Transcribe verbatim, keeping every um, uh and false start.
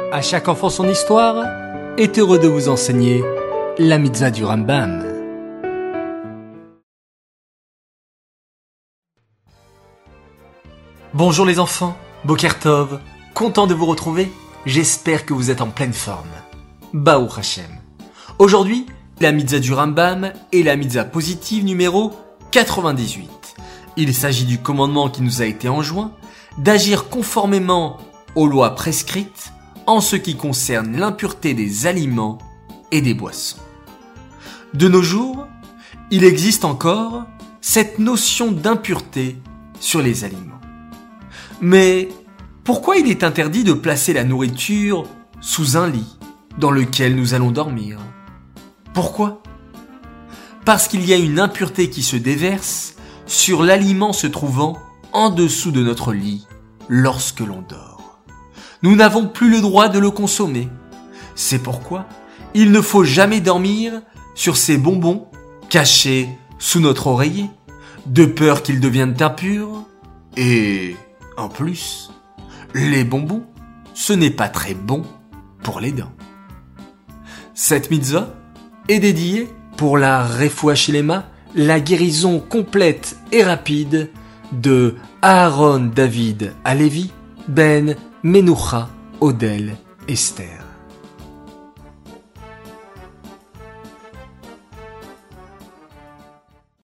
À chaque enfant son histoire est heureux de vous enseigner la mitzvah du Rambam. Bonjour les enfants, Boker Tov, content de vous retrouver, j'espère que vous êtes en pleine forme. Baruch Hashem. Aujourd'hui, la mitzvah du Rambam est la mitzvah positive numéro quatre-vingt-dix-huit. Il s'agit du commandement qui nous a été enjoint d'agir conformément aux lois prescrites en ce qui concerne l'impureté des aliments et des boissons. De nos jours, il existe encore cette notion d'impureté sur les aliments. Mais pourquoi il est interdit de placer la nourriture sous un lit dans lequel nous allons dormir ? Pourquoi ? Parce qu'il y a une impureté qui se déverse sur l'aliment se trouvant en dessous de notre lit lorsque l'on dort. Nous n'avons plus le droit de le consommer. C'est pourquoi il ne faut jamais dormir sur ces bonbons cachés sous notre oreiller, de peur qu'ils deviennent impurs. Et en plus, les bonbons, ce n'est pas très bon pour les dents. Cette mitzvah est dédiée pour la refoua shelema, la guérison complète et rapide de Aaron David Alevi, Ben Menucha Odel Esther.